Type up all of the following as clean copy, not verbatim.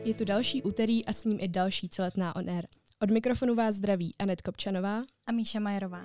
Je tu další úterý a s ním i další celetná on air. Od mikrofonu vás zdraví Anet Kopčanová a Míša Majerová.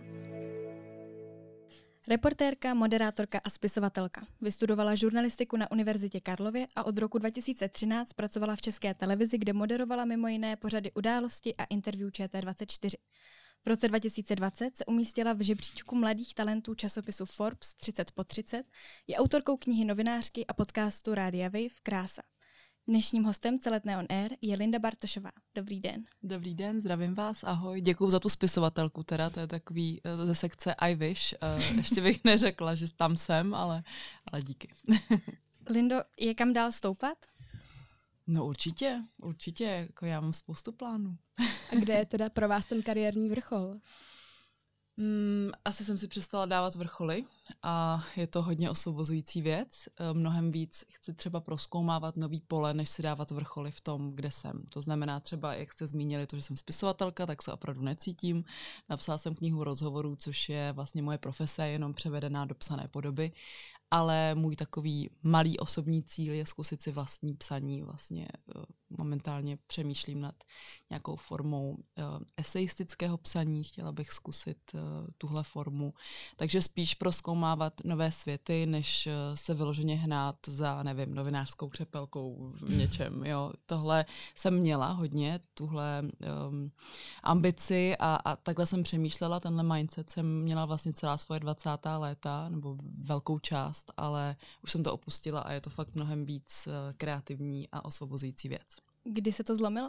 Reportérka, moderátorka a spisovatelka. Vystudovala žurnalistiku na Univerzitě Karlově a od roku 2013 pracovala v České televizi, kde moderovala mimo jiné pořady Události a interview ČT24. V roce 2020 se umístila v žebříčku mladých talentů časopisu Forbes 30 po 30, je autorkou knihy novinářky a podcastu Rádia Wave Krása. Dnešním hostem celetné on air je Linda Bartošová. Dobrý den. Dobrý den, zdravím vás, ahoj. Děkuju za tu spisovatelku, teda to je takový ze sekce I wish. Ještě bych neřekla, že tam jsem, ale díky. Lindo, je kam dál stoupat? No určitě, jako já mám spoustu plánů. A kde je teda pro vás ten kariérní vrchol? Asi jsem si přestala dávat vrcholy a je to hodně osvobozující věc. Mnohem víc chci třeba prozkoumávat nový pole, než si dávat vrcholy v tom, kde jsem. To znamená třeba, jak jste zmínili to, že jsem spisovatelka, tak se opravdu necítím. Napsala jsem knihu rozhovorů, což je vlastně moje profese, jenom převedená do psané podoby. Ale můj takový malý osobní cíl je zkusit si vlastní psaní. Vlastně momentálně přemýšlím nad nějakou formou eseistického psaní. Chtěla bych zkusit tuhle formu. Takže spíš prozkoumávat nové světy, než se vyloženě hnát za, nevím, novinářskou křepelkou v něčem. Jo. Tohle jsem měla hodně, tuhle ambici a takhle jsem přemýšlela. Tenhle mindset jsem měla vlastně celá svoje 20. léta, nebo velkou část, ale už jsem to opustila a je to fakt mnohem víc kreativní a osvobozující věc. Kdy se to zlomilo?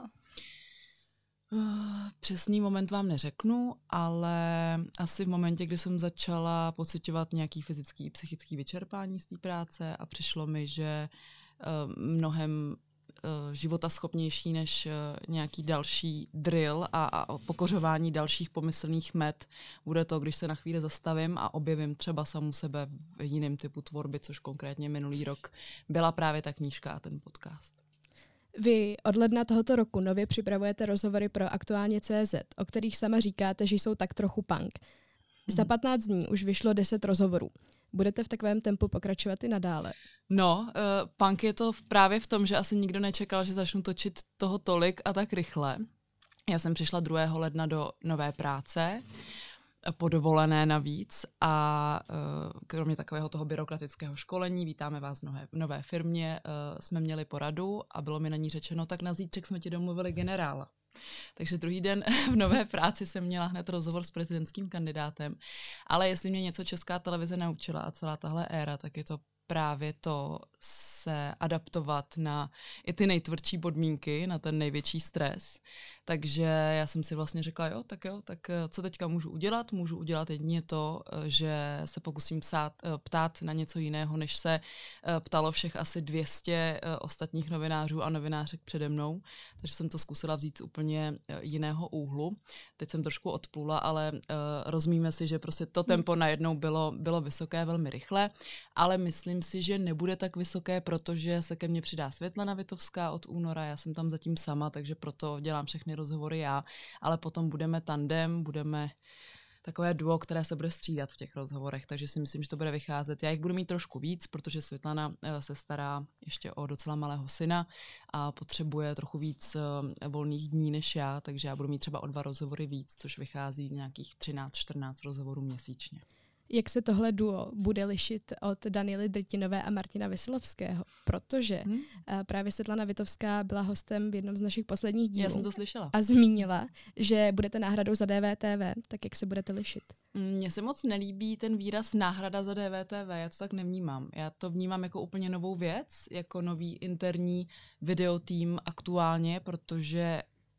Přesný moment vám neřeknu, ale asi v momentě, kdy jsem začala pociťovat nějaký fyzický, psychický vyčerpání z té práce a přišlo mi, že mnohem životaschopnější než nějaký další drill a pokořování dalších pomyslných met bude to, když se na chvíli zastavím a objevím třeba samu sebe v jiném typu tvorby, což konkrétně minulý rok byla právě ta knížka a ten podcast. Vy od ledna tohoto roku nově připravujete rozhovory pro Aktuálně.cz, o kterých sama říkáte, že jsou tak trochu punk. Za 15 dní už vyšlo 10 rozhovorů. Budete v takovém tempu pokračovat i nadále? No, punk je to právě v tom, že asi nikdo nečekal, že začnu točit toho tolik a tak rychle. Já jsem přišla 2. ledna do nové práce, po dovolené navíc a kromě takového toho byrokratického školení, vítáme vás v nové firmě, jsme měli poradu a bylo mi na ní řečeno, tak na zítřek jsme ti domluvili generála. Takže druhý den v nové práci jsem měla hned rozhovor s prezidentským kandidátem, ale jestli mě něco Česká televize naučila a celá tahle éra, tak je to právě to se adaptovat na i ty nejtvrdší podmínky, na ten největší stres. Takže já jsem si vlastně řekla, tak co teďka můžu udělat? Můžu udělat jedině to, že se pokusím ptát na něco jiného, než se ptalo všech asi 200 ostatních novinářů a novinářek přede mnou. Takže jsem to zkusila vzít z úplně jiného úhlu. Teď jsem trošku odplula, ale rozumíme si, že prostě to tempo najednou bylo vysoké velmi rychle, ale myslím si, že nebude tak vysoké, protože se ke mně přidá Světlana Vitovská od února, já jsem tam zatím sama, takže proto dělám všechny rozhovory já, ale potom budeme tandem, budeme takové duo, které se bude střídat v těch rozhovorech, takže si myslím, že to bude vycházet. Já jich budu mít trošku víc, protože Světlana se stará ještě o docela malého syna a potřebuje trochu víc volných dní než já, takže já budu mít třeba o 2 rozhovory víc, což vychází nějakých 13-14 rozhovorů měsíčně. Jak se tohle duo bude lišit od Daniely Drtinové a Martina Veselovského? Protože právě Světlana Vitovská byla hostem v jednom z našich posledních dílů. Já jsem to slyšela. A zmínila, že budete náhradou za DVTV. Tak jak se budete lišit? Mně se moc nelíbí ten výraz náhrada za DVTV, já to tak nevnímám. Já to vnímám jako úplně novou věc, jako nový interní videotým aktuálně, protože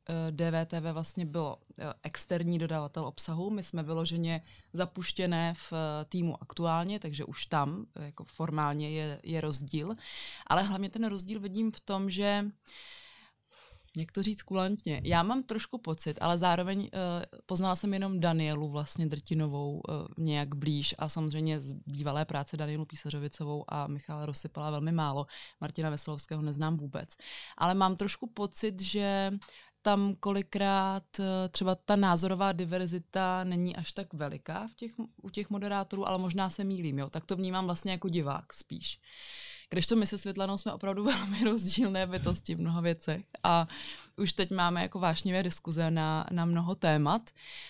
DVTV vlastně bylo externí dodavatel obsahu. My jsme vyloženě zapuštěné v týmu aktuálně, takže už tam jako formálně je rozdíl. Ale hlavně ten rozdíl vidím v tom, že jak to říct kulantně. Já mám trošku pocit, ale zároveň poznala jsem jenom Danielu vlastně Drtinovou nějak blíž a samozřejmě z bývalé práce Danielu Písařovicovou a Michala Rozsypala velmi málo. Martina Veselovského neznám vůbec. Ale mám trošku pocit, že tam kolikrát třeba ta názorová diverzita není až tak veliká u těch moderátorů, ale možná se mýlím, jo. Tak to vnímám vlastně jako divák spíš. Když to my se Světlanou jsme opravdu velmi rozdílné bytosti v mnoha věcech a už teď máme jako vášnivé diskuze na mnoho témat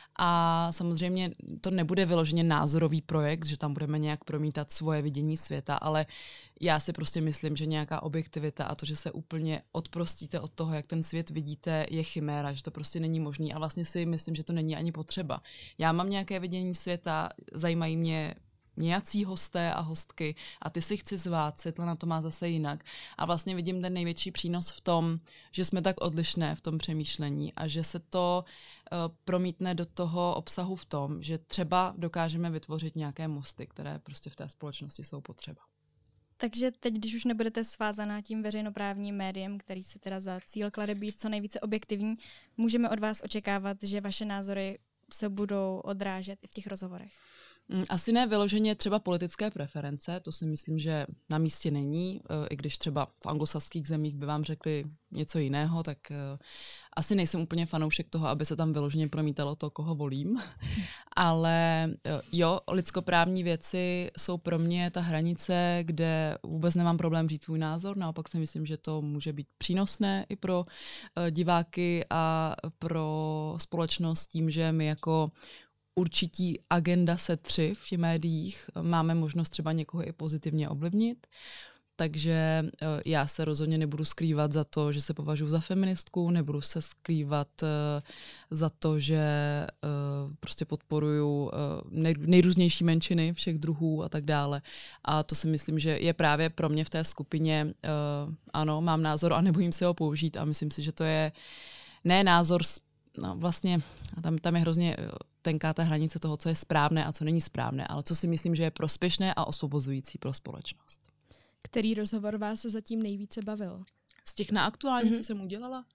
a samozřejmě to nebude vyloženě názorový projekt, že tam budeme nějak promítat svoje vidění světa, ale já si prostě myslím, že nějaká objektivita a to, že se úplně odprostíte od toho, jak ten svět vidíte, je chiméra, že to prostě není možný a vlastně si myslím, že to není ani potřeba. Já mám nějaké vidění světa, zajímají mě nějací hosté a hostky a ty si chci zvát, Světlana to má zase jinak. A vlastně vidím ten největší přínos v tom, že jsme tak odlišné v tom přemýšlení a že se to promítne do toho obsahu v tom, že třeba dokážeme vytvořit nějaké mosty, které prostě v té společnosti jsou potřeba. Takže teď, když už nebudete svázaná tím veřejnoprávním médiem, který se teda za cíl klade být co nejvíce objektivní, můžeme od vás očekávat, že vaše názory se budou odrážet i v těch rozhovorech? Asi ne vyloženě třeba politické preference, to si myslím, že na místě není, i když třeba v anglosaských zemích by vám řekli něco jiného, tak asi nejsem úplně fanoušek toho, aby se tam vyloženě promítalo to, koho volím, ale jo, lidskoprávní věci jsou pro mě ta hranice, kde vůbec nemám problém říct svůj názor, naopak si myslím, že to může být přínosné i pro diváky a pro společnost tím, že my jako určití agenda setři v těch médiích máme možnost třeba někoho i pozitivně ovlivnit. Takže já se rozhodně nebudu skrývat za to, že se považuji za feministku, nebudu se skrývat za to, že prostě podporuju nejrůznější menšiny všech druhů a tak dále. A to si myslím, že je právě pro mě v té skupině, ano, mám názor a nebojím se ho použít a myslím si, že to je ne názor, no vlastně tam je hrozně tenká ta hranice toho, co je správné a co není správné, ale co si myslím, že je prospěšné a osvobozující pro společnost. Který rozhovor vás se zatím nejvíce bavil? Z těch na aktuální, co jsem udělala?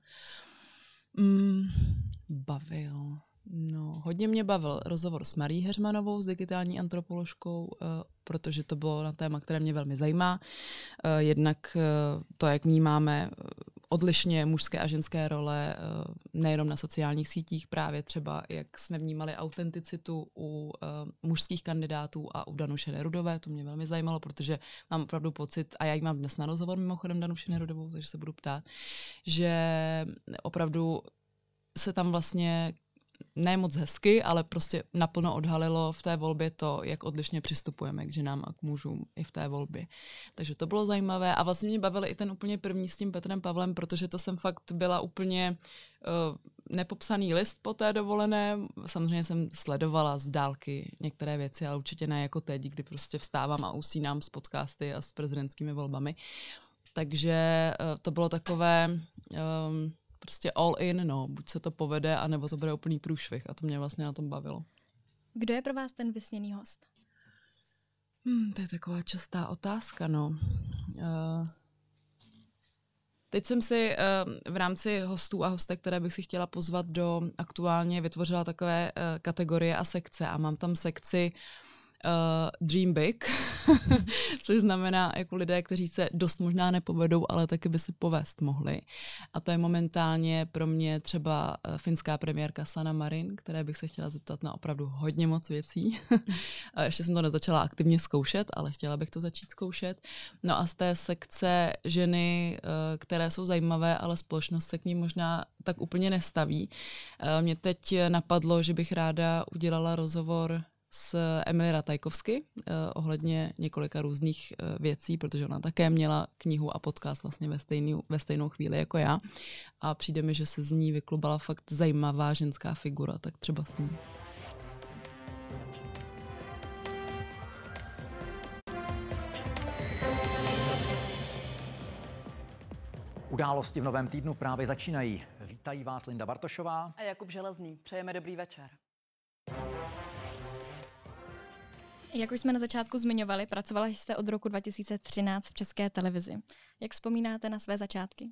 Bavil. No, hodně mě bavil rozhovor s Marí Heřmanovou, s digitální antropoložkou, protože to bylo na téma, které mě velmi zajímá. Jednak to, jak vnímáme odlišně mužské a ženské role, nejenom na sociálních sítích, právě třeba, jak jsme vnímali autenticitu u mužských kandidátů a u Danuše Nerudové, to mě velmi zajímalo, protože mám opravdu pocit, a já ji mám dnes na rozhovor mimochodem Danuši Nerudovou, takže se budu ptát, že opravdu se tam vlastně ne moc hezky, ale prostě naplno odhalilo v té volbě to, jak odlišně přistupujeme k ženám a k mužům i v té volbě. Takže to bylo zajímavé a vlastně mě bavil i ten úplně první s tím Petrem Pavlem, protože to jsem fakt byla úplně nepopsaný list po té dovolené. Samozřejmě jsem sledovala z dálky některé věci, ale určitě ne jako teď, kdy prostě vstávám a usínám s podcasty a s prezidentskými volbami. Takže to bylo takové prostě all in, no. Buď se to povede, anebo to bude úplný průšvih. A to mě vlastně na tom bavilo. Kdo je pro vás ten vysněný host? To je taková častá otázka, no. Teď jsem si v rámci hostů a hostek, které bych si chtěla pozvat do aktuálně, vytvořila takové kategorie a sekce. A mám tam sekci Dream Big, což znamená jako lidé, kteří se dost možná nepovedou, ale taky by si povést mohli. A to je momentálně pro mě třeba finská premiérka Sanna Marin, které bych se chtěla zeptat na opravdu hodně moc věcí. Ještě jsem to nezačala aktivně zkoušet, ale chtěla bych to začít zkoušet. No a z té sekce ženy, které jsou zajímavé, ale společnost se k ní možná tak úplně nestaví. Mě teď napadlo, že bych ráda udělala rozhovor s Emily Ratajkovsky ohledně několika různých věcí, protože ona také měla knihu a podcast vlastně ve stejnou chvíli jako já. A přijde mi, že se z ní vyklubala fakt zajímavá ženská figura, tak třeba s ní. Události v novém týdnu právě začínají. Vítají vás Linda Bartošová a Jakub Železný. Přejeme dobrý večer. Jak už jsme na začátku zmiňovali, pracovala jste od roku 2013 v České televizi. Jak vzpomínáte na své začátky?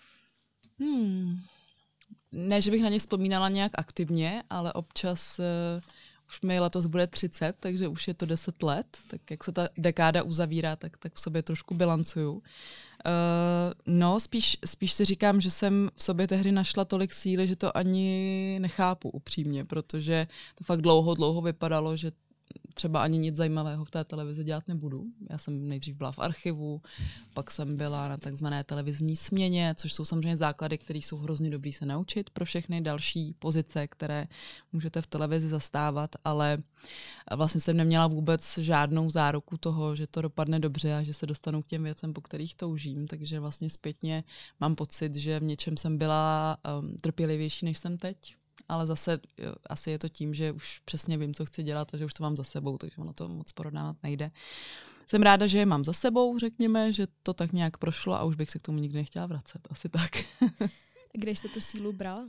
Ne, že bych na ně vzpomínala nějak aktivně, ale občas už mi letos bude 30, takže už je to 10 let. Tak jak se ta dekáda uzavírá, tak v sobě trošku bilancuju. No, spíš si říkám, že jsem v sobě tehdy našla tolik síly, že to ani nechápu upřímně, protože to fakt dlouho vypadalo, že třeba ani nic zajímavého v té televizi dělat nebudu. Já jsem nejdřív byla v archivu, pak jsem byla na takzvané televizní směně, což jsou samozřejmě základy, které jsou hrozně dobrý se naučit pro všechny další pozice, které můžete v televizi zastávat, ale vlastně jsem neměla vůbec žádnou záruku toho, že to dopadne dobře a že se dostanu k těm věcem, po kterých toužím. Takže vlastně zpětně mám pocit, že v něčem jsem byla trpělivější, než jsem teď. Ale zase asi je to tím, že už přesně vím, co chci dělat a že už to mám za sebou, takže ono to moc porovnávat nejde. Jsem ráda, že je mám za sebou, řekněme, že to tak nějak prošlo a už bych se k tomu nikdy nechtěla vracet. Asi tak. Kde jste tu sílu brala?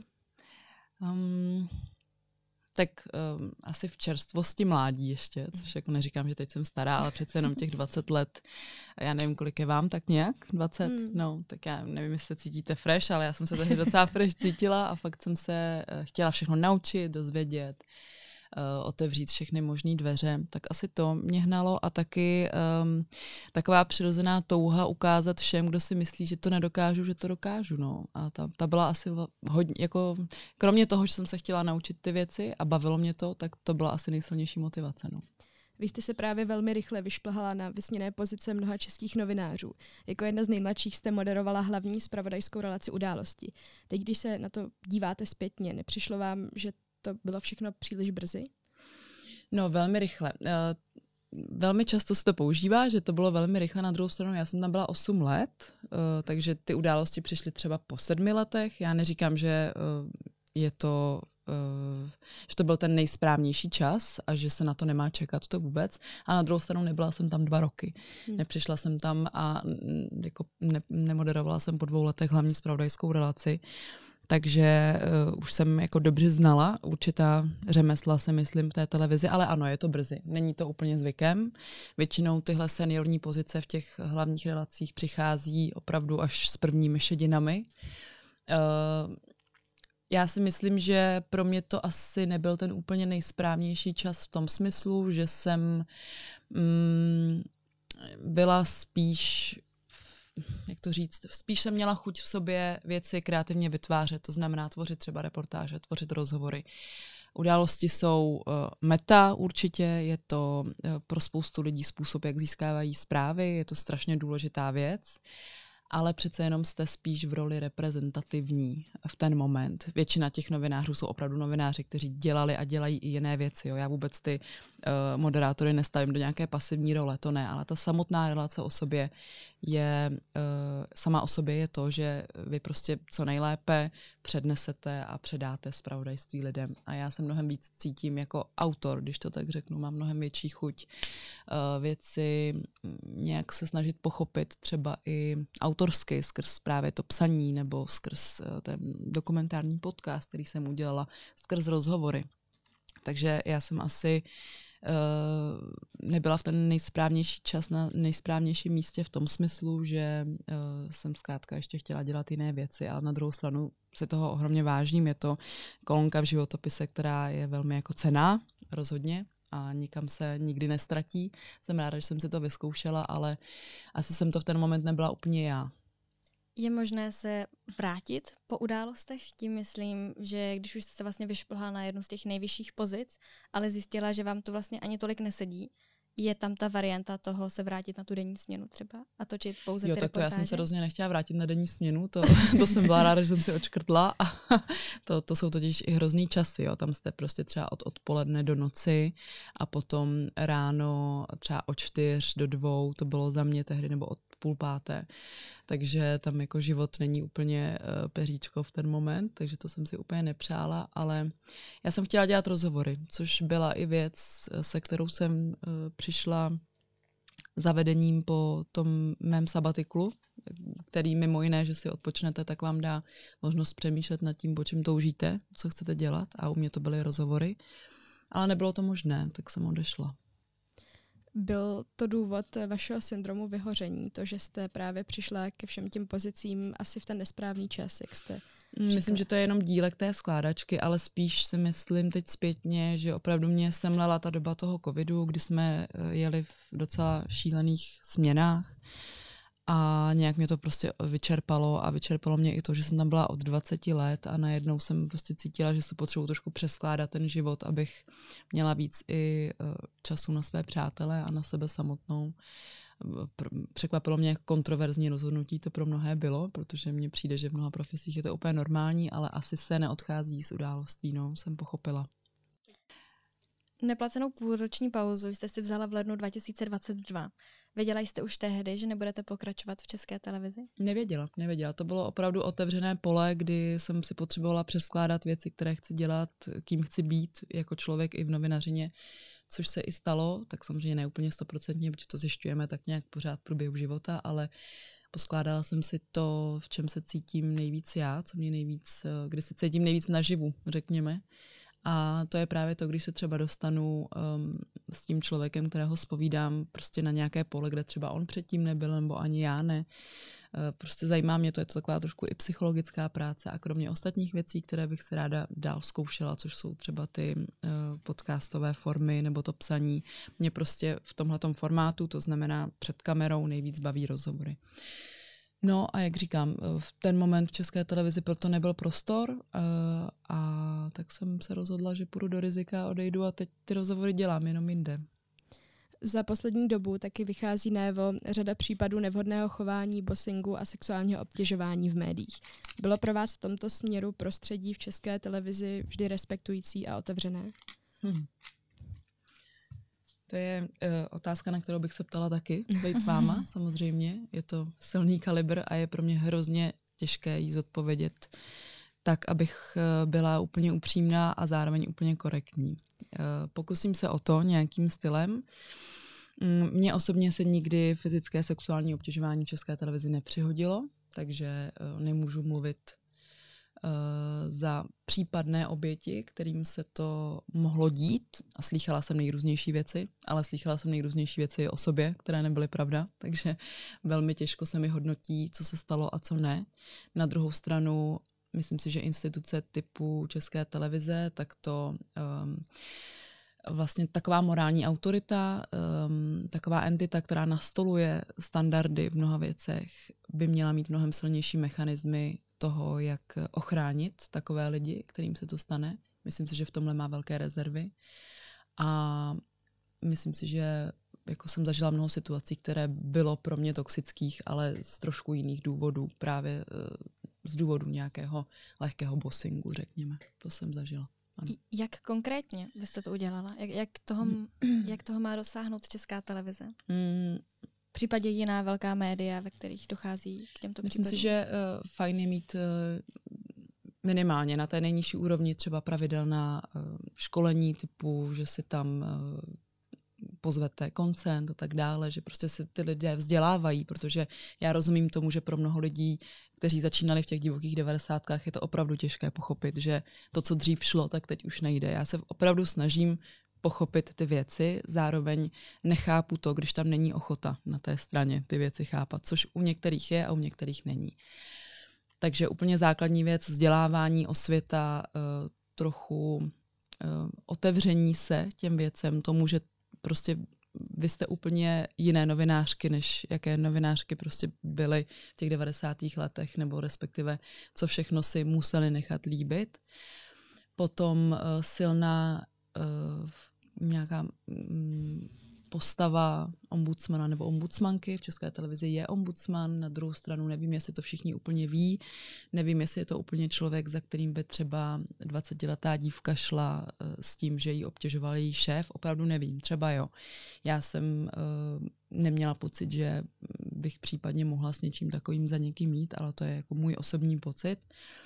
Asi v čerstvosti mládí ještě, což jako neříkám, že teď jsem stará, ale přece jenom těch 20 let, já nevím, kolik je vám, tak nějak 20, no, tak já nevím, jestli se cítíte fresh, ale já jsem se tehdy docela fresh cítila a fakt jsem se chtěla všechno naučit, dozvědět, otevřít všechny možné dveře, tak asi to mě hnalo a taky taková přirozená touha ukázat všem, kdo si myslí, že to nedokážu, že to dokážu, no. A ta byla asi hodně, jako kromě toho, že jsem se chtěla naučit ty věci a bavilo mě to, tak to byla asi nejsilnější motivace, no. Vy jste se právě velmi rychle vyšplhala na vysněné pozice mnoha českých novinářů. Jako jedna z nejmladších jste moderovala hlavní zpravodajskou relaci Události. Teď, když se na to díváte zpětně, nepřišlo vám, že to bylo všechno příliš brzy? No, velmi rychle. Velmi často se to používá, že to bylo velmi rychle. Na druhou stranu, já jsem tam byla 8 let, takže ty události přišly třeba po 7 letech. Já neříkám, že je to že to byl ten nejsprávnější čas a že se na to nemá čekat, to vůbec. A na druhou stranu nebyla jsem tam 2 roky. Nepřišla jsem tam a jako nemoderovala jsem po 2 letech hlavní zpravodajskou relaci. Takže už jsem jako dobře znala určitá řemesla, si myslím, v té televizi, ale ano, je to brzy. Není to úplně zvykem. Většinou tyhle seniorní pozice v těch hlavních relacích přichází opravdu až s prvními šedinami. Já si myslím, že pro mě to asi nebyl ten úplně nejsprávnější čas v tom smyslu, že jsem byla spíš, jak to říct, spíš jsem měla chuť v sobě věci kreativně vytvářet, to znamená tvořit třeba reportáže, tvořit rozhovory. Události jsou meta určitě, je to pro spoustu lidí způsob, jak získávají zprávy, je to strašně důležitá věc, ale přece jenom jste spíš v roli reprezentativní v ten moment. Většina těch novinářů jsou opravdu novináři, kteří dělali a dělají i jiné věci. Jo. Já vůbec ty moderátory nestavím do nějaké pasivní role, to ne, ale ta samotná relace o sobě je, sama o sobě je to, že vy prostě co nejlépe přednesete a předáte zpravodajství lidem. A já se mnohem víc cítím jako autor, když to tak řeknu, mám mnohem větší chuť věci nějak se snažit pochopit třeba i autorsky skrz právě to psaní nebo skrz ten dokumentární podcast, který jsem udělala, skrz rozhovory. Takže já jsem asi nebyla v ten nejsprávnější čas na nejsprávnějším místě v tom smyslu, že jsem zkrátka ještě chtěla dělat jiné věci, ale na druhou stranu si toho ohromně vážím. Je to kolonka v životopise, která je velmi jako cenná, rozhodně, a nikam se nikdy nestratí. Jsem ráda, že jsem si to vyzkoušela, ale asi jsem to v ten moment nebyla úplně já. Je možné se vrátit po událostech? Tím myslím, že když už jste se vlastně vyšplhala na jednu z těch nejvyšších pozic, ale zjistila, že vám to vlastně ani tolik nesedí, je tam ta varianta toho se vrátit na tu denní směnu třeba a točit pouze ty reportáže? To já jsem se rozhodně nechtěla vrátit na denní směnu, to jsem byla ráda, že jsem si odškrtla a to jsou totiž i hrozný časy, jo. Tam jste prostě třeba od odpoledne do noci a potom ráno třeba od 4 do 2, to bylo za mě tehdy, nebo od 4:30, takže tam jako život není úplně peříčko v ten moment, takže to jsem si úplně nepřála, ale já jsem chtěla dělat rozhovory, což byla i věc, se kterou jsem přišla zavedením po tom mém sabatiklu, který mimo jiné, že si odpočnete, tak vám dá možnost přemýšlet nad tím, po čem toužíte, co chcete dělat, a u mě to byly rozhovory, ale nebylo to možné, tak jsem odešla. Byl to důvod vašeho syndromu vyhoření, to, že jste právě přišla ke všem těm pozicím asi v ten nesprávný čas, jak jste říkala? Myslím, že to je jenom dílek té skládačky, ale spíš si myslím teď zpětně, že opravdu mě semlela ta doba toho covidu, kdy jsme jeli v docela šílených směnách A nějak mě to prostě vyčerpalo a vyčerpalo mě i to, že jsem tam byla od 20 let a najednou jsem prostě cítila, že se potřebuji trošku přeskládat ten život, abych měla víc i času na své přátele a na sebe samotnou. Překvapilo mě, jak kontroverzní rozhodnutí to pro mnohé bylo, protože mně přijde, že v mnoha profesích je to úplně normální, ale asi se neodchází z událostí, jsem pochopila. Neplacenou půlroční pauzu jste si vzala v lednu 2022. Věděla jste už tehdy, že nebudete pokračovat v České televizi? Nevěděla. To bylo opravdu otevřené pole, kdy jsem si potřebovala přeskládat věci, které chci dělat, kým chci být jako člověk i v novinařině, což se i stalo, tak samozřejmě ne úplně 100%, protože to zjišťujeme tak nějak pořád v průběhu života, ale poskládala jsem si to, v čem se cítím nejvíc já, co mě nejvíc, kde se cítím nejvíc naživu, řekněme. A to je právě to, když se třeba dostanu s tím člověkem, kterého zpovídám prostě na nějaké pole, kde třeba on předtím nebyl, nebo ani já ne. Prostě zajímá mě to, je to taková trošku i psychologická práce a kromě ostatních věcí, které bych se ráda dál zkoušela, což jsou třeba ty podcastové formy nebo to psaní, mě prostě v tomhletom formátu, to znamená před kamerou, nejvíc baví rozhovory. No a jak říkám, v ten moment v České televizi proto nebyl prostor a tak jsem se rozhodla, že půjdu do rizika, odejdu a teď ty rozhovory dělám jenom jinde. Za poslední dobu taky vychází najevo řada případů nevhodného chování, bossingu a sexuálního obtěžování v médiích. Bylo pro vás v tomto směru prostředí v České televizi vždy respektující a otevřené? To je otázka, na kterou bych se ptala taky, být váma, samozřejmě. Je to silný kalibr a je pro mě hrozně těžké jí zodpovědět tak, abych byla úplně upřímná a zároveň úplně korektní. Pokusím se o to nějakým stylem. Mně osobně se nikdy fyzické sexuální obtěžování v České televizi nepřihodilo, takže nemůžu mluvit za případné oběti, kterým se to mohlo dít. A slýchala jsem nejrůznější věci, ale slýchala jsem nejrůznější věci o sobě, které nebyly pravda, takže velmi těžko se mi hodnotí, co se stalo a co ne. Na druhou stranu, myslím si, že instituce typu České televize, tak to vlastně taková morální autorita, taková entita, která nastoluje standardy v mnoha věcech, by měla mít mnohem silnější mechanismy toho, jak ochránit takové lidi, kterým se to stane. Myslím si, že v tomhle má velké rezervy. A myslím si, že jako jsem zažila mnoho situací, které bylo pro mě toxických, ale z trošku jiných důvodů, právě z důvodu nějakého lehkého bossingu, řekněme. To jsem zažila. Ano. Jak konkrétně vy jste to udělala? Jak toho má dosáhnout Česká televize? V případě jiná velká média, ve kterých dochází k těmto Myslím případům? si, že fajn je mít minimálně na té nejnižší úrovni třeba pravidelná školení typu, že si tam pozvete koncent a tak dále, že prostě se ty lidé vzdělávají, protože já rozumím tomu, že pro mnoho lidí, kteří začínali v těch divokých 90kách, je to opravdu těžké pochopit, že to, co dřív šlo, tak teď už nejde. Já se opravdu snažím pochopit ty věci, zároveň nechápu to, když tam není ochota na té straně ty věci chápat, což u některých je a u některých není. Takže úplně základní věc, vzdělávání, osvěta, trochu otevření se těm věcem, tomu, že prostě vy jste úplně jiné novinářky, než jaké novinářky prostě byly v těch 90. letech, nebo respektive co všechno si museli nechat líbit. Potom silná nějaká postava ombudsmana nebo ombudsmanky. V České televizi je ombudsman, na druhou stranu nevím, jestli to všichni úplně ví, nevím, jestli je to úplně člověk, za kterým by třeba 20letá dívka šla s tím, že jí obtěžoval její šéf, opravdu nevím, třeba jo. Já jsem neměla pocit, že bych případně mohla s něčím takovým za někým jít, ale to je jako můj osobní pocit.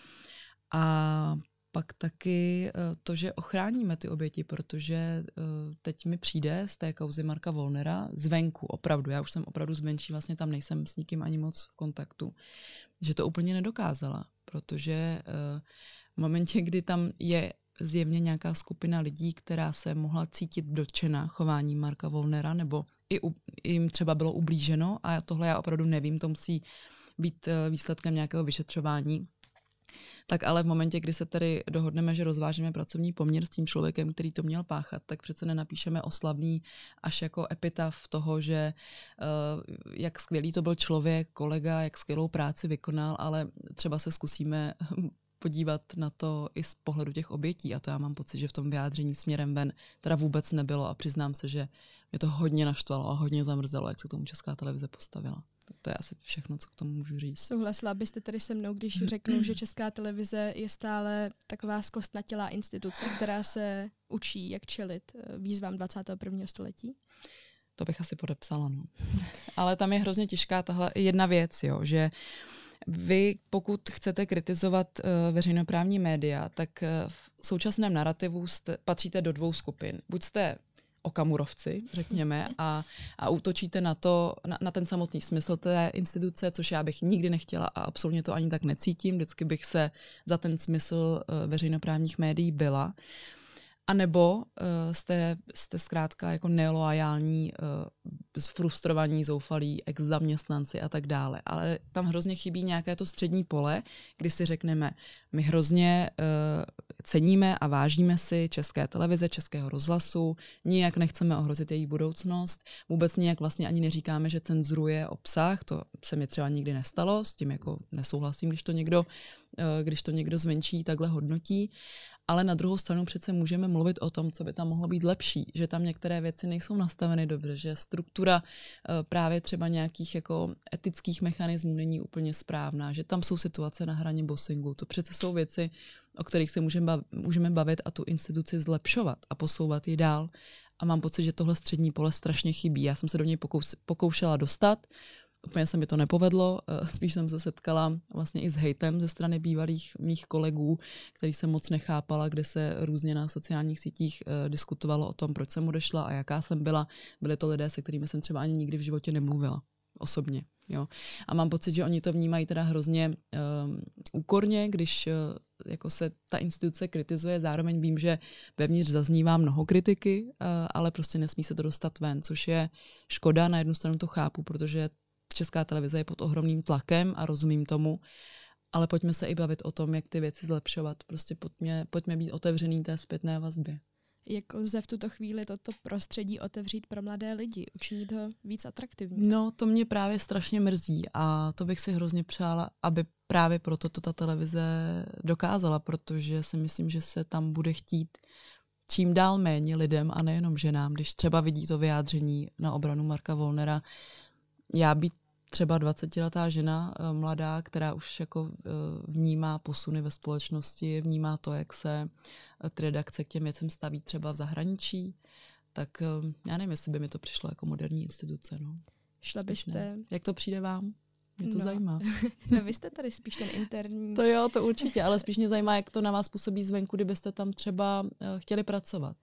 A pak taky to, že ochráníme ty oběti, protože teď mi přijde z té kauzy Marka Wollnera zvenku, opravdu, já už jsem opravdu zvenčí, vlastně tam nejsem s nikým ani moc v kontaktu, že to úplně nedokázala, protože v momentě, kdy tam je zjevně nějaká skupina lidí, která se mohla cítit dotčena chování Marka Wollnera, nebo jim třeba bylo ublíženo, a tohle já opravdu nevím, to musí být výsledkem nějakého vyšetřování, tak ale v momentě, kdy se tedy dohodneme, že rozvážeme pracovní poměr s tím člověkem, který to měl páchat, tak přece nenapíšeme oslavný až jako epitaf toho, že jak skvělý to byl člověk, kolega, jak skvělou práci vykonal, ale třeba se zkusíme podívat na to i z pohledu těch obětí a to já mám pocit, že v tom vyjádření směrem ven teda vůbec nebylo a přiznám se, že mě to hodně naštvalo a hodně zamrzelo, jak se k tomu Česká televize postavila. To je asi všechno, co k tomu můžu říct. Souhlasila byste tady se mnou, když řeknu, že Česká televize je stále taková zkostnatělá instituce, která se učí, jak čelit výzvám 21. století? To bych asi podepsala, no. Ale tam je hrozně těžká tahle jedna věc, jo, že vy, pokud chcete kritizovat veřejnoprávní média, tak v současném narrativu patříte do dvou skupin. Buď jste okamurovci, řekněme, a útočíte na ten samotný smysl té instituce, což já bych nikdy nechtěla a absolutně to ani tak necítím. Vždycky bych se za ten smysl veřejnoprávních médií byla. A nebo jste zkrátka jako neloajální, frustrovaní, zoufalí ex-zaměstnanci a tak dále. Ale tam hrozně chybí nějaké to střední pole, kdy si řekneme, my hrozně ceníme a vážíme si České televize, Českého rozhlasu, nijak nechceme ohrozit její budoucnost, vůbec nijak vlastně ani neříkáme, že cenzuruje obsah, to se mi třeba nikdy nestalo, s tím jako nesouhlasím, když to někdo zvenčí takhle hodnotí. Ale na druhou stranu přece můžeme mluvit o tom, co by tam mohlo být lepší, že tam některé věci nejsou nastaveny dobře, že struktura právě třeba nějakých jako etických mechanismů není úplně správná, že tam jsou situace na hraně bossingu. To přece jsou věci, o kterých se můžeme bavit a tu instituci zlepšovat a posouvat ji dál. A mám pocit, že tohle střední pole strašně chybí. Já jsem se do něj pokoušela dostat, úplně se mi to nepovedlo, spíš jsem se setkala vlastně i s hejtem ze strany bývalých mých kolegů, který jsem moc nechápala, kde se různě na sociálních sítích diskutovalo o tom, proč jsem odešla a jaká jsem byla. Byly to lidé, se kterými jsem třeba ani nikdy v životě nemluvila osobně. Jo. A mám pocit, že oni to vnímají teda hrozně úkorně, když jako se ta instituce kritizuje. Zároveň vím, že vevnitř zaznívá mnoho kritiky, ale prostě nesmí se to dostat ven, což je škoda. Na jednu stranu to chápu, protože Česká televize je pod ohromným tlakem a rozumím tomu, ale pojďme se i bavit o tom, jak ty věci zlepšovat. Prostě pojďme být otevřený té zpětné vazbě. Jak lze v tuto chvíli toto prostředí otevřít pro mladé lidi, učinit ho víc atraktivní? No, to mě právě strašně mrzí a to bych si hrozně přála, aby právě proto to ta televize dokázala, protože si myslím, že se tam bude chtít čím dál méně lidem a nejenom ženám, když třeba vidí to vyjádření na obranu Marka Wollnera. Já být třeba 20letá žena, mladá, která už jako vnímá posuny ve společnosti, vnímá to, jak se ty redakce k těm věcem staví třeba v zahraničí, tak já nevím, jestli by mi to přišlo jako moderní instituce. No. Šla byste... Jak to přijde vám? Mě to zajímá. No vy jste tady spíš ten interní... To jo, to určitě, ale spíš mě zajímá, jak to na vás působí zvenku, kdybyste tam třeba chtěli pracovat.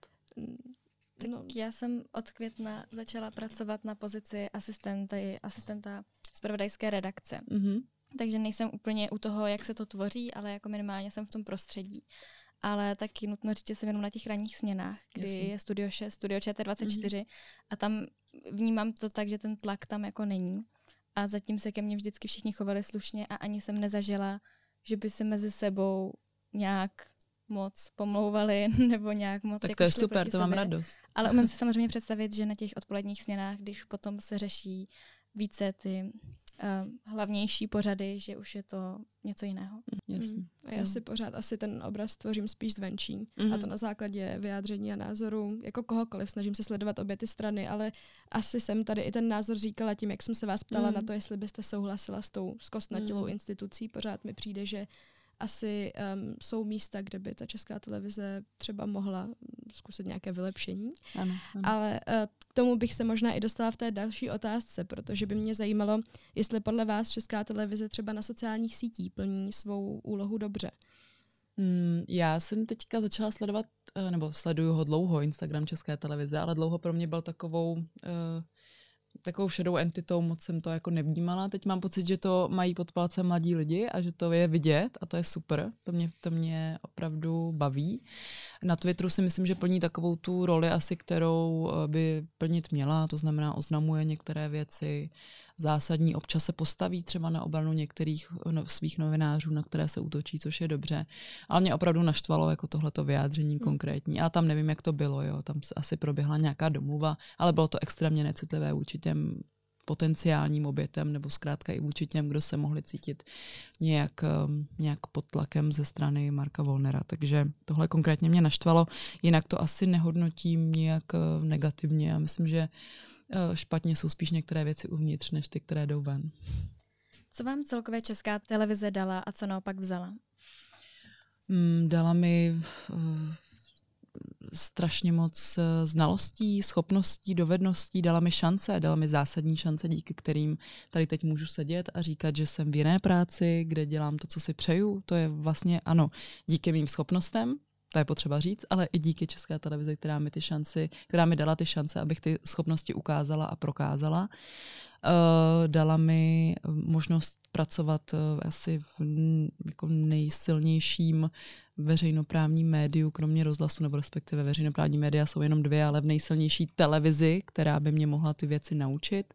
Tak já jsem od května začala pracovat na pozici asistenta zpravodajské redakce. Mm-hmm. Takže nejsem úplně u toho, jak se to tvoří, ale jako minimálně jsem v tom prostředí. Ale taky nutno říct, že jsem jenom na těch ranních směnách, kdy je Studio 6, Studio ČT24 a tam vnímám to tak, že ten tlak tam jako není. A zatím se ke mně vždycky všichni chovali slušně a ani jsem nezažila, že by se mezi sebou nějak moc pomlouvali nebo nějak moc... Tak to je super, to mám radost. Ale umím si samozřejmě představit, že na těch odpoledních směnách, když potom se řeší více ty hlavnější pořady, že už je to něco jiného. Jasně. A já si pořád asi ten obraz tvořím spíš zvenčí. A to na základě vyjádření a názoru, jako kohokoliv, snažím se sledovat obě ty strany, ale asi jsem tady i ten názor říkala tím, jak jsem se vás ptala na to, jestli byste souhlasila s tou zkostnatělou institucí. Pořád mi přijde, že asi jsou místa, kde by ta Česká televize třeba mohla zkusit nějaké vylepšení. Ano. Ale k tomu bych se možná i dostala v té další otázce, protože by mě zajímalo, jestli podle vás Česká televize třeba na sociálních sítích plní svou úlohu dobře. Já jsem teďka začala sledovat, nebo sleduju ho dlouho, Instagram České televize, ale dlouho pro mě byl takovou šedou entitou, moc jsem to jako nevnímala. Teď mám pocit, že to mají pod palcem mladí lidi a že to je vidět a to je super. To mě opravdu baví. Na Twitteru si myslím, že plní takovou tu roli asi, kterou by plnit měla, to znamená oznamuje některé věci, zásadní, občas se postaví třeba na obranu některých svých novinářů, na které se útočí, což je dobře. Ale mě opravdu naštvalo jako tohleto vyjádření konkrétní. A tam nevím, jak to bylo, jo. Tam asi proběhla nějaká domluva, ale bylo to extrémně necitlivé vůči těm potenciálním obětem nebo zkrátka i vůči těm, kdo se mohli cítit nějak pod tlakem ze strany Marka Wollnera. Takže tohle konkrétně mě naštvalo. Jinak to asi nehodnotím nějak negativně. Já myslím, že špatně jsou spíš některé věci uvnitř, než ty, které jdou ven. Co vám celkově Česká televize dala a co naopak vzala? Dala mi strašně moc znalostí, schopností, dovedností, dala mi šance, dala mi zásadní šance, díky kterým tady teď můžu sedět a říkat, že jsem v jiné práci, kde dělám to, co si přeju. To je vlastně ano, díky mým schopnostem, to je potřeba říct, ale i díky České televizi, která mi dala ty šance, abych ty schopnosti ukázala a prokázala. Dala mi možnost pracovat asi v jako nejsilnějším veřejnoprávním médiu, kromě rozhlasu, nebo respektive veřejnoprávní média jsou jenom 2, ale v nejsilnější televizi, která by mě mohla ty věci naučit.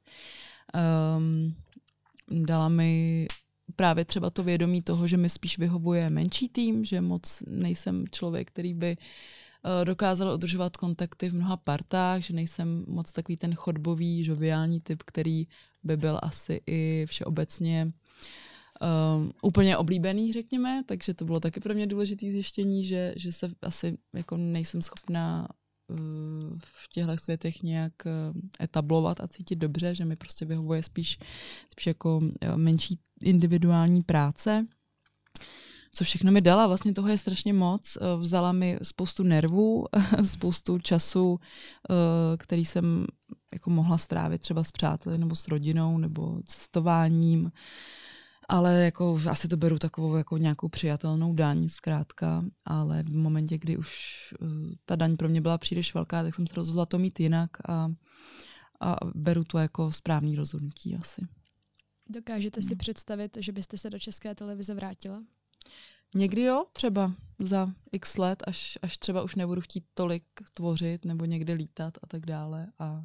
Dala mi právě třeba to vědomí toho, že mi spíš vyhovuje menší tým, že moc nejsem člověk, který by dokázal udržovat kontakty v mnoha partách, že nejsem moc takový ten chodbový, žoviální typ, který by byl asi i všeobecně úplně oblíbený, řekněme, takže to bylo taky pro mě důležité zjištění, že se asi jako nejsem schopná v těchto světech nějak etablovat a cítit dobře, že mi prostě vyhovuje spíš jako menší individuální práce. Co všechno mi dala, vlastně toho je strašně moc. Vzala mi spoustu nervů, spoustu času, který jsem jako mohla strávit třeba s přáteli nebo s rodinou nebo cestováním. Ale jako asi to beru takovou jako nějakou přijatelnou daň zkrátka, ale v momentě, kdy už ta daň pro mě byla příliš velká, tak jsem se rozhodla to mít jinak a beru to jako správný rozhodnutí asi. Dokážete si představit, že byste se do České televize vrátila? Někdy jo, třeba za x let, až třeba už nebudu chtít tolik tvořit nebo někde lítat a tak dále a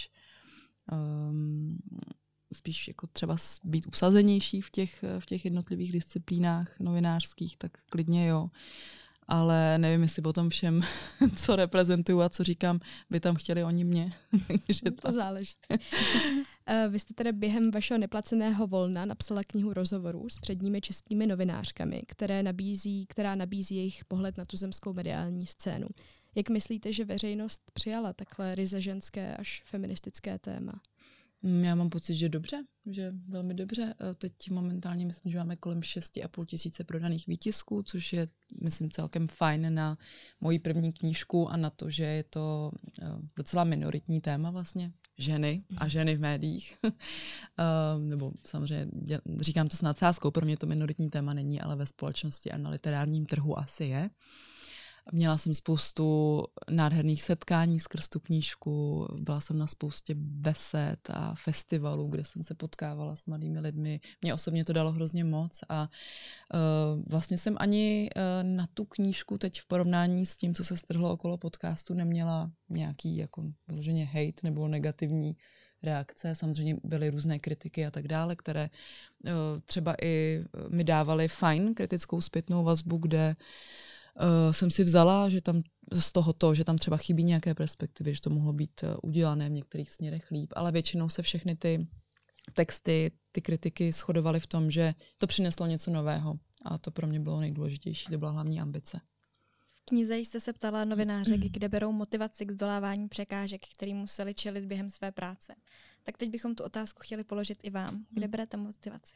spíš jako třeba být usazenější v těch jednotlivých disciplínách novinářských, tak klidně jo. Ale nevím, jestli potom všem, co reprezentuju a co říkám, by tam chtěli oni mě. To záleží. Vy jste tedy během vašeho neplaceného volna napsala knihu rozhovorů s předními českými novinářkami, která nabízí jejich pohled na tuzemskou mediální scénu. Jak myslíte, že veřejnost přijala takhle ryze ženské až feministické téma? Já mám pocit, že dobře, že velmi dobře. Teď momentálně myslím, že máme kolem 6,5 tisíce prodaných výtisků, což je, myslím, celkem fajn na moji první knížku a na to, že je to docela minoritní téma vlastně. Ženy a ženy v médiích. Nebo samozřejmě říkám to s nadsázkou, pro mě to minoritní téma není, ale ve společnosti a na literárním trhu asi je. Měla jsem spoustu nádherných setkání skrz tu knížku, byla jsem na spoustě besed a festivalů, kde jsem se potkávala s mladými lidmi. Mně osobně to dalo hrozně moc a vlastně jsem ani na tu knížku teď v porovnání s tím, co se strhlo okolo podcastu, neměla nějaký jako vyloženě hate nebo negativní reakce. Samozřejmě byly různé kritiky a tak dále, které třeba i mi dávaly fajn kritickou zpětnou vazbu, kde jsem si vzala, že tam z tohoto, že tam třeba chybí nějaké perspektivy, že to mohlo být udělané v některých směrech líp, ale většinou se všechny ty texty, ty kritiky shodovaly v tom, že to přineslo něco nového a to pro mě bylo nejdůležitější, to byla hlavní ambice. V knize jste se ptala novinářek, kde berou motivaci k zdolávání překážek, kterým museli čelit během své práce. Tak teď bychom tu otázku chtěli položit i vám. Kde berete motivaci?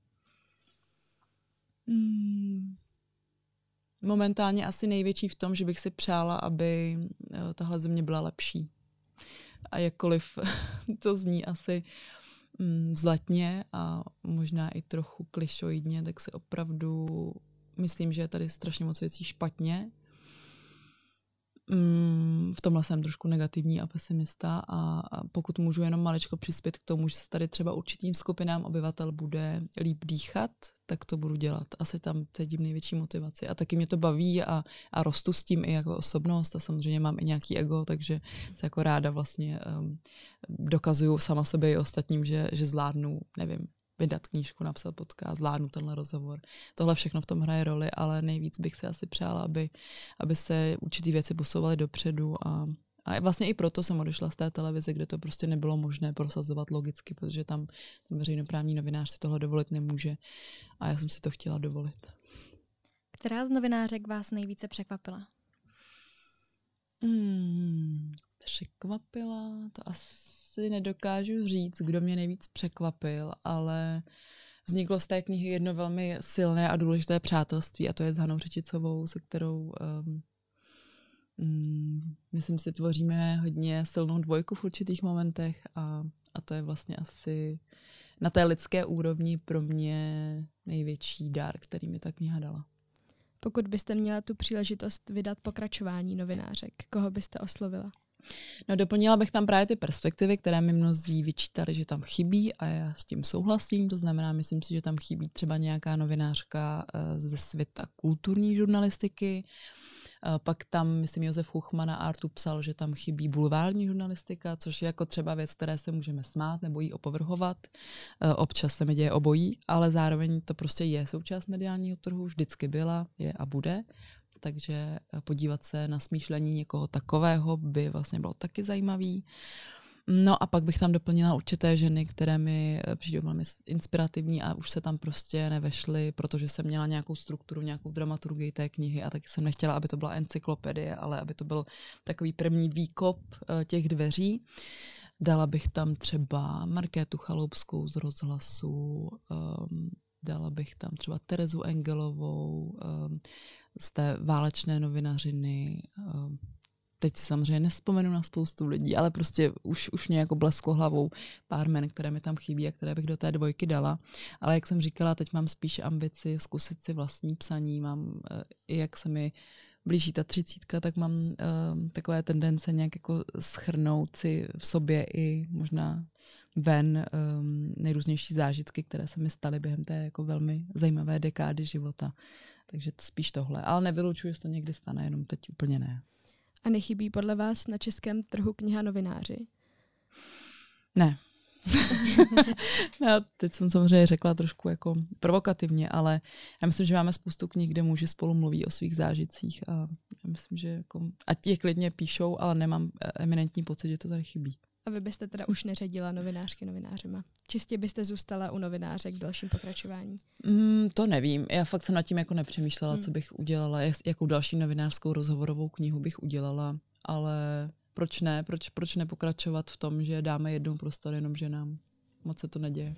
Momentálně asi největší v tom, že bych si přála, aby tahle země byla lepší. A jakkoliv to zní asi vzletně a možná i trochu klišoidně, tak si opravdu myslím, že je tady strašně moc věcí špatně. v tomhle jsem trošku negativní a pesimista a pokud můžu jenom maličko přispět k tomu, že se tady třeba určitým skupinám obyvatel bude líp dýchat, tak to budu dělat. Asi tam cítím největší motivaci a taky mě to baví a rostu s tím i jako osobnost a samozřejmě mám i nějaký ego, takže se jako ráda vlastně dokazuju sama sebe i ostatním, že zvládnu, nevím, vydat knížku, napsat podcast, zvládnu tenhle rozhovor. Tohle všechno v tom hraje roli, ale nejvíc bych si asi přála, aby se určitý věci posouvaly dopředu a vlastně i proto jsem odešla z té televize, kde to prostě nebylo možné prosazovat logicky, protože tam ten veřejnoprávní novinář si tohle dovolit nemůže a já jsem si to chtěla dovolit. Která z novinářek vás nejvíce překvapila? Překvapila? To asi nedokážu říct, kdo mě nejvíc překvapil, ale vzniklo z té knihy jedno velmi silné a důležité přátelství a to je s Hanou Řečicovou, se kterou myslím si tvoříme hodně silnou dvojku v určitých momentech a to je vlastně asi na té lidské úrovni pro mě největší dar, který mi ta kniha dala. Pokud byste měla tu příležitost vydat pokračování novinářek, koho byste oslovila? No, doplnila bych tam právě ty perspektivy, které mi mnozí vyčítali, že tam chybí a já s tím souhlasím. To znamená, myslím si, že tam chybí třeba nějaká novinářka ze světa kulturní žurnalistiky. Pak tam, myslím, Josef Chuchman na Artu psal, že tam chybí bulvární žurnalistika, což je jako třeba věc, které se můžeme smát nebo jí opovrhovat. Občas se mi děje obojí, ale zároveň to prostě je součást mediálního trhu, vždycky byla, je a bude. Takže podívat se na smýšlení někoho takového by vlastně bylo taky zajímavý. No a pak bych tam doplnila určité ženy, které mi přijdou velmi inspirativní a už se tam prostě nevešly, protože jsem měla nějakou strukturu, nějakou dramaturgii té knihy a taky jsem nechtěla, aby to byla encyklopedie, ale aby to byl takový první výkop těch dveří. Dala bych tam třeba Markétu Chaloupskou z Rozhlasu, dala bych tam třeba Terezu Engelovou z té válečné novinařiny. Teď si samozřejmě nespomenu na spoustu lidí, ale prostě už mě jako blesklo hlavou pár jmen, které mi tam chybí a které bych do té dvojky dala. Ale jak jsem říkala, teď mám spíš ambici zkusit si vlastní psaní. Mám, i jak se mi blíží ta 30, tak mám takové tendence nějak jako shrnout si v sobě i možná ven nejrůznější zážitky, které se mi staly během té jako velmi zajímavé dekády života. Takže to spíš tohle. Ale nevylučuji, že to někdy stane, jenom teď úplně ne. A nechybí podle vás na českém trhu kniha novináři? Ne. Já teď jsem samozřejmě řekla trošku jako provokativně, ale já myslím, že máme spoustu knih, kde muži spolu mluví o svých zážitcích a já myslím, že jako, ať je klidně píšou, ale nemám eminentní pocit, že to tady chybí. A vy byste teda už neředila novinářky novinářema? Čistě byste zůstala u novinářek v dalším pokračování? To nevím. Já fakt jsem nad tím jako nepřemýšlela, co bych udělala, jakou další novinářskou rozhovorovou knihu bych udělala, ale proč ne? Proč nepokračovat v tom, že dáme jednou prostor jenom ženám? Moc se to neděje.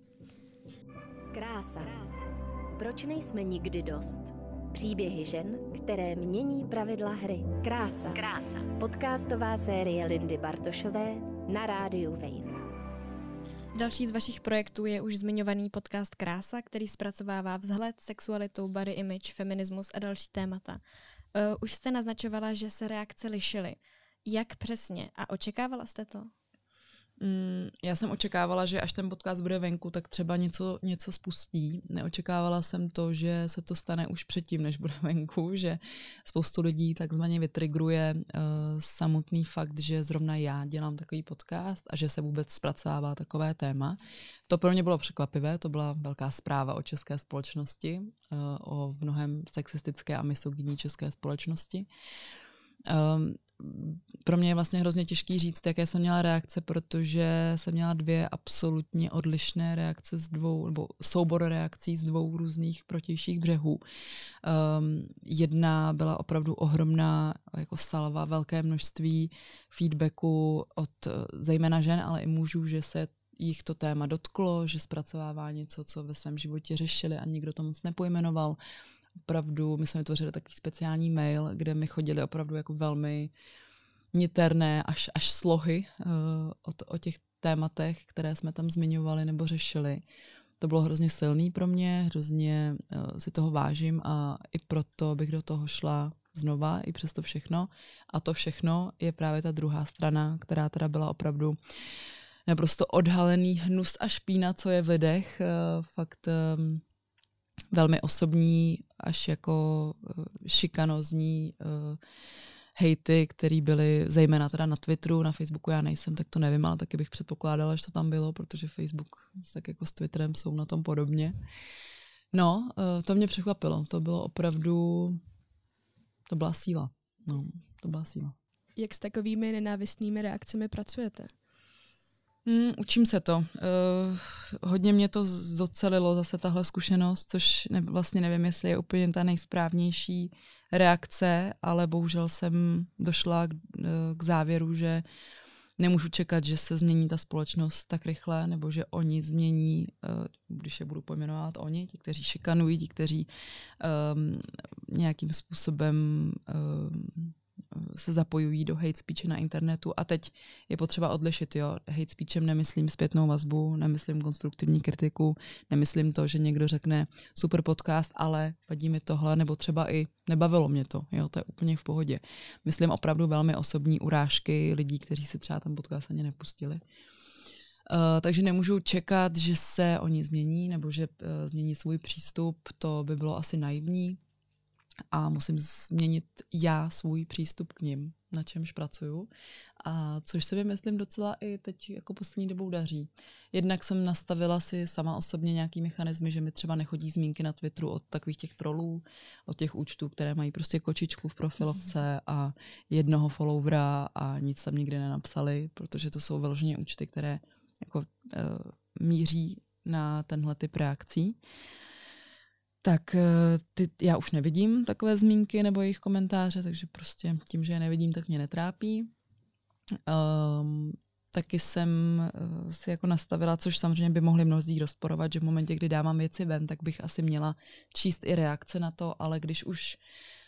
Krása. Proč nejsme nikdy dost? Příběhy žen, které mění pravidla hry. Krása. Podcastová série Lindy Bartošové na rádiu Wave. Další z vašich projektů je už zmiňovaný podcast Krása, který zpracovává vzhled, sexualitu, body image, feminismus a další témata. Už jste naznačovala, že se reakce lišily. Jak přesně? A očekávala jste to? Já jsem očekávala, že až ten podcast bude venku, tak třeba něco spustí. Neočekávala jsem to, že se to stane už předtím, než bude venku, že spoustu lidí takzvaně vytrigruje samotný fakt, že zrovna já dělám takový podcast a že se vůbec zpracovává takové téma. To pro mě bylo překvapivé, to byla velká zpráva o české společnosti, o mnohem sexistické a misogynní české společnosti. Pro mě je vlastně hrozně těžký říct, jaké jsem měla reakce, protože jsem měla dvě absolutně odlišné reakce nebo soubor reakcí z dvou různých protějších břehů. Jedna byla opravdu ohromná jako salva, velké množství feedbacku od zejména žen, ale i mužů, že se jich to téma dotklo, že zpracovává něco, co ve svém životě řešili a nikdo to moc nepojmenoval. Opravdu, my jsme vytvořili takový speciální mail, kde mi chodili opravdu jako velmi niterné až slohy o těch tématech, které jsme tam zmiňovali nebo řešili. To bylo hrozně silný pro mě, hrozně si toho vážím a i proto bych do toho šla znova i přes to všechno. A to všechno je právě ta druhá strana, která teda byla opravdu naprosto odhalený hnus a špína, co je v lidech. Fakt velmi osobní, až jako šikanózní hejty, které byly zejména teda na Twitteru, na Facebooku já nejsem, tak to nevím, ale taky bych předpokládala, že to tam bylo, protože Facebook tak jako s Twitterem jsou na tom podobně. No, to mě překvapilo. To bylo opravdu, to byla síla. No, to byla síla. Jak s takovými nenávistnými reakcemi pracujete? Učím se to. Hodně mě to zocelilo zase tahle zkušenost, což vlastně nevím, jestli je úplně ta nejsprávnější reakce, ale bohužel jsem došla k závěru, že nemůžu čekat, že se změní ta společnost tak rychle, nebo že oni změní, když je budu pojmenovat oni, ti, kteří šikanují, ti, kteří nějakým způsobem se zapojují do hate speeche na internetu. A teď je potřeba odlišit, jo. Hate speechem nemyslím zpětnou vazbu, nemyslím konstruktivní kritiku, nemyslím to, že někdo řekne super podcast, ale vadí mi tohle, nebo třeba i nebavilo mě to, jo, to je úplně v pohodě. Myslím opravdu velmi osobní urážky lidí, kteří si třeba ten podcast ani nepustili. Takže nemůžu čekat, že se oni změní, nebo že změní svůj přístup, to by bylo asi naivní. A musím změnit já svůj přístup k nim, na čemž pracuju. A což se mi myslím docela i teď jako poslední dobou daří. Jednak jsem nastavila si sama osobně nějaký mechanismy, že mi třeba nechodí zmínky na Twitteru od takových těch trollů, od těch účtů, které mají prostě kočičku v profilovce a jednoho followera a nic tam nikdy nenapsali, protože to jsou vyloženě účty, které jako míří na tenhle typ reakcí. Tak já už nevidím takové zmínky nebo jejich komentáře, takže prostě tím, že je nevidím, tak mě netrápí. Taky jsem si jako nastavila, což samozřejmě by mohli mnozí rozporovat, že v momentě, kdy dávám věci ven, tak bych asi měla číst i reakce na to, ale když už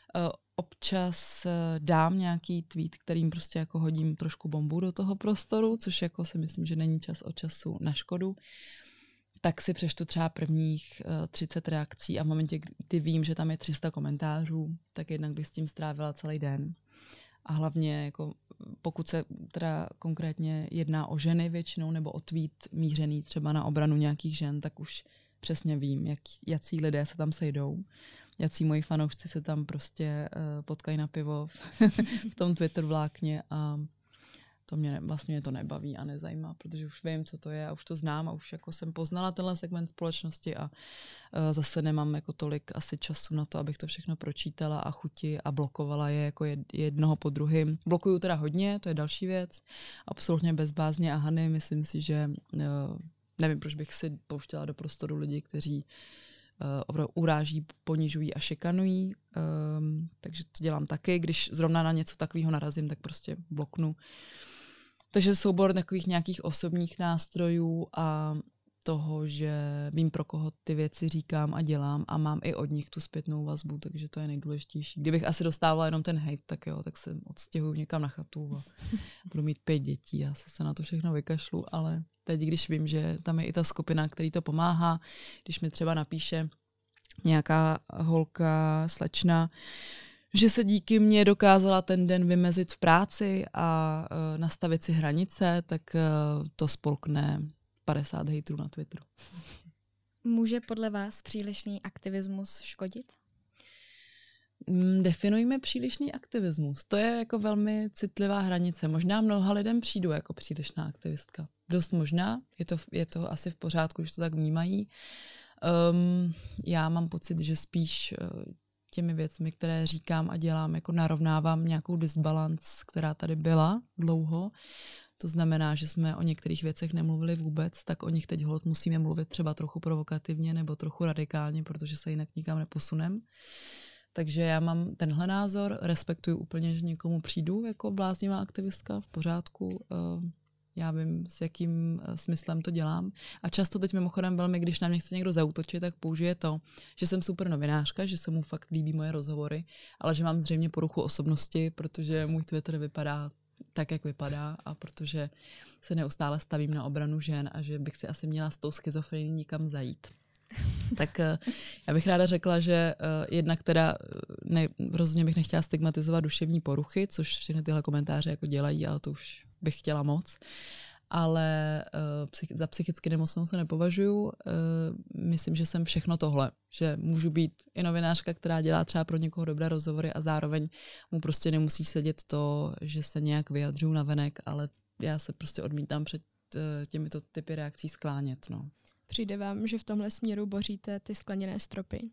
občas dám nějaký tweet, kterým prostě jako hodím trošku bombu do toho prostoru, což jako si myslím, že není čas od času na škodu, tak si přečtu třeba prvních 30 reakcí a v momentě, kdy vím, že tam je 300 komentářů, tak jednak bych s tím strávila celý den. A hlavně, jako, pokud se teda konkrétně jedná o ženy většinou, nebo o tweet mířený třeba na obranu nějakých žen, tak už přesně vím, jací lidé se tam sejdou, jací moji fanoušci se tam prostě potkají na pivo v tom Twitter vlákně a to mě vlastně to nebaví a nezajímá, protože už vím, co to je a už to znám a už jako jsem poznala tenhle segment společnosti a zase nemám jako tolik asi času na to, abych to všechno pročítala a chuti a blokovala je jako jednoho po druhým. Blokuju teda hodně, to je další věc, absolutně bez bázně a hany, myslím si, že nevím, proč bych si pouštěla do prostoru lidi, kteří opravdu uráží, ponižují a šikanují, takže to dělám taky, když zrovna na něco takového narazím, tak prostě bloknu. Takže soubor takových nějakých osobních nástrojů a toho, že vím, pro koho ty věci říkám a dělám a mám i od nich tu zpětnou vazbu, takže to je nejdůležitější. Kdybych asi dostávala jenom ten hejt, tak jo, tak se odstěhuju někam na chatu a budu mít 5 dětí a se na to všechno vykašlu, ale teď, když vím, že tam je i ta skupina, který to pomáhá, když mi třeba napíše nějaká holka, slečna, že se díky mně dokázala ten den vymezit v práci a nastavit si hranice, tak to spolkne 50 hejtrů na Twitteru. Může podle vás přílišný aktivismus škodit? Definujme přílišný aktivismus. To je jako velmi citlivá hranice. Možná mnoha lidem přijdu jako přílišná aktivistka. Dost možná. Je to asi v pořádku, že to tak vnímají. Já mám pocit, že spíš těmi věcmi, které říkám a dělám, jako narovnávám nějakou disbalans, která tady byla dlouho. To znamená, že jsme o některých věcech nemluvili vůbec, tak o nich teď holt musíme mluvit třeba trochu provokativně nebo trochu radikálně, protože se jinak nikam neposunem. Takže já mám tenhle názor, respektuju úplně, že někomu přijdu jako bláznivá aktivistka, v pořádku. Já vím, s jakým smyslem to dělám. A často teď mimochodem velmi, když na mě chce někdo zaútočit, tak použije to, že jsem super novinářka, že se mu fakt líbí moje rozhovory, ale že mám zřejmě poruchu osobnosti, protože můj Twitter vypadá tak, jak vypadá a protože se neustále stavím na obranu žen a že bych si asi měla s tou schizofrenií nikam zajít. Tak já bych ráda řekla, že jednak teda rozhodně bych nechtěla stigmatizovat duševní poruchy, což všechny tyhle komentáře jako dělají, ale to už bych chtěla moc. Ale za psychicky nemocnou se nepovažuju. Myslím, že jsem všechno tohle. Že můžu být i novinářka, která dělá třeba pro někoho dobré rozhovory a zároveň mu prostě nemusí sedět to, že se nějak vyjadřuju navenek, ale já se prostě odmítám před těmito typy reakcí sklánět. No. Přijde vám, že v tomhle směru boříte ty skleněné stropy?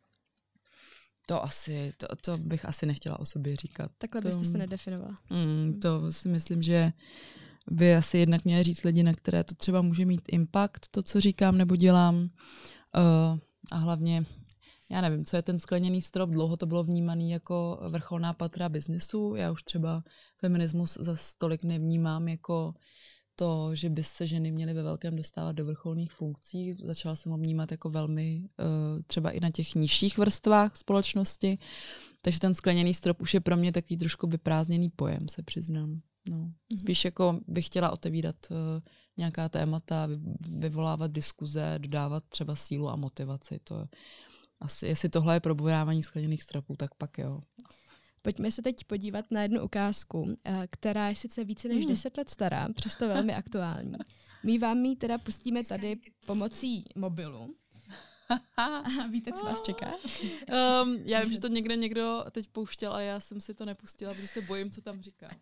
To bych asi nechtěla o sobě říkat. Takhle byste se nedefinovala. To si myslím, že by asi jednak měli říct lidi, na které to třeba může mít impact, to, co říkám nebo dělám. A hlavně, já nevím, co je ten skleněný strop. Dlouho to bylo vnímaný jako vrcholná patra biznisu. Já už třeba feminismus za tolik nevnímám jako to, že by se ženy měly ve velkém dostávat do vrcholných funkcí. Začala jsem ho vnímat jako velmi třeba i na těch nižších vrstvách společnosti. Takže ten skleněný strop už je pro mě takový trošku vyprázdněný pojem, se přiznám. No. Spíš jako bych chtěla otevírat nějaká témata, vyvolávat diskuze, dodávat třeba sílu a motivaci. To asi, jestli tohle je probojávání skleněných stropů, tak pak jo. Pojďme se teď podívat na jednu ukázku, která je sice více než 10 let stará, přesto velmi aktuální. My vám ji teda pustíme tady pomocí mobilu. A víte, co vás čeká? Já vím, že to někdo teď pouštěl, ale já jsem si to nepustila, protože se bojím, co tam říká.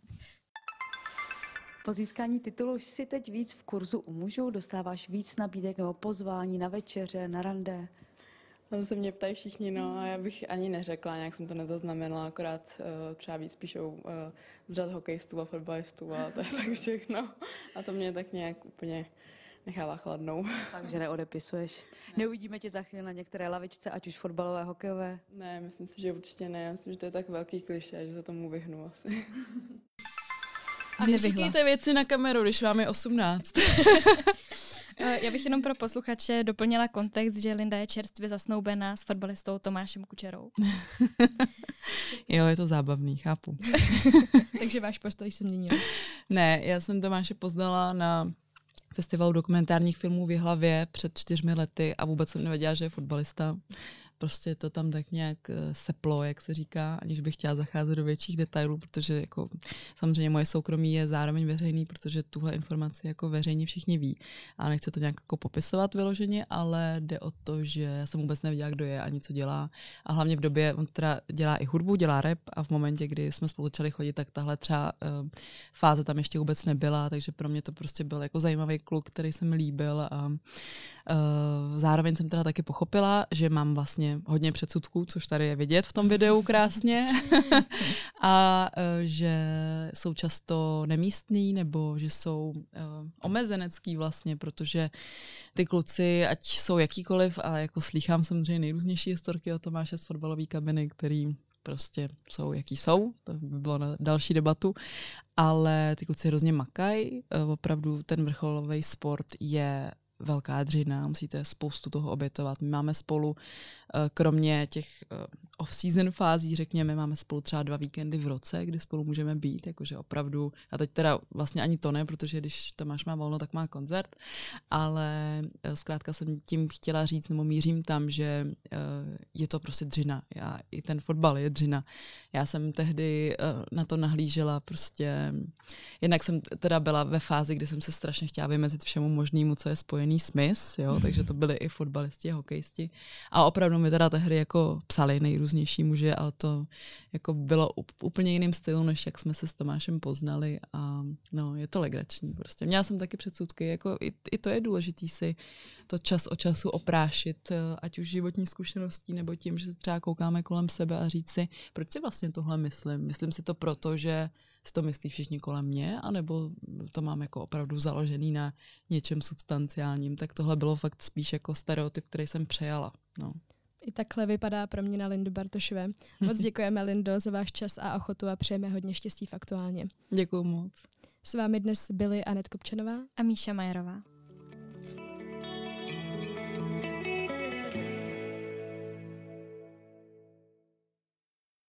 Po získání titulu jsi teď víc v kurzu u mužů, dostáváš víc nabídek nebo pozvání na večeře, na rande? To se mě ptají všichni, no a já bych ani neřekla, nějak jsem to nezaznamenala, akorát třeba víc píšou z řad hokejistů a fotbalistů a to je tak všechno. A to mě tak nějak úplně nechává chladnou. Takže neodepisuješ. Ne. Neuvidíme tě za chvíli na některé lavičce, ať už fotbalové, hokejové? Ne, myslím si, že určitě ne. Já myslím, že to je tak velký klišé, že se tomu vyhnu asi. A neříkejte věci na kameru, když vám je 18. Já bych jenom pro posluchače doplnila kontext, že Linda je čerstvě zasnoubená s fotbalistou Tomášem Kučerou. Jo, je to zábavný, chápu. Takže váš postoj se měnil. Ne, já jsem Tomáše poznala na festivalu dokumentárních filmů v Jihlavě před 4 lety a vůbec jsem nevěděla, že je fotbalista. Prostě to tam tak nějak seplo, jak se říká, aniž bych chtěla zacházet do větších detailů, protože jako samozřejmě moje soukromí je zároveň veřejný, protože tuhle informaci jako veřejně všichni ví. A nechci to nějak jako popisovat vyloženě, ale jde o to, že já jsem vůbec nevěděla, kdo je ani co dělá. A hlavně v době, on teda dělá i hudbu, dělá rap a v momentě, kdy jsme spolu začali chodit, tak tahle třeba fáze tam ještě vůbec nebyla, takže pro mě to prostě byl jako zajímavý kluk, který se mi líbil a zároveň jsem teda taky pochopila, že mám vlastně hodně předsudků, což tady je vidět v tom videu krásně a že jsou často nemístný nebo že jsou omezenecký vlastně, protože ty kluci, ať jsou jakýkoliv a jako slýchám samozřejmě nejrůznější historky o Tomáše z fotbalové kabiny, který prostě jsou, jaký jsou, to by bylo na další debatu, ale ty kluci hrozně makají, opravdu ten vrcholový sport je velká dřina, musíte spoustu toho obětovat. My máme spolu, kromě těch off-season fází, řekněme, máme spolu třeba 2 víkendy v roce, kdy spolu můžeme být, jakože opravdu, a teď teda vlastně ani to ne, protože když Tomáš má volno, tak má koncert, ale zkrátka jsem tím chtěla říct, nebo mířím tam, že je to prostě dřina. I ten fotbal je dřina. Já jsem tehdy na to nahlížela prostě, jednak jsem teda byla ve fázi, kdy jsem se strašně chtěla vymezit všemu možnému, co je spojený s mis, jo, takže to byli i fotbalisti a hokejisti. A opravdu mi teda tehdy jako psali nejrůznější muži, ale to jako bylo v úplně jiným stylu, než jak jsme se s Tomášem poznali a no, je to legrační prostě. Měla jsem taky předsudky, jako i to je důležitý si to čas od času oprášit, ať už životní zkušeností, nebo tím, že se třeba koukáme kolem sebe a říct si, proč si vlastně tohle myslím? Myslím si to proto, že si to myslí všichni kolem mě, anebo to mám jako opravdu založený na něčem substanciálním, tak tohle bylo fakt spíš jako stereotyp, který jsem přejala. No. I takhle vypadá pro mě na Lindu Bartošové. Moc děkujeme, Lindo, za váš čas a ochotu a přejeme hodně štěstí v Aktuálně. Děkuju moc. S vámi dnes byly Anet Kopčanová a Míša Majerová.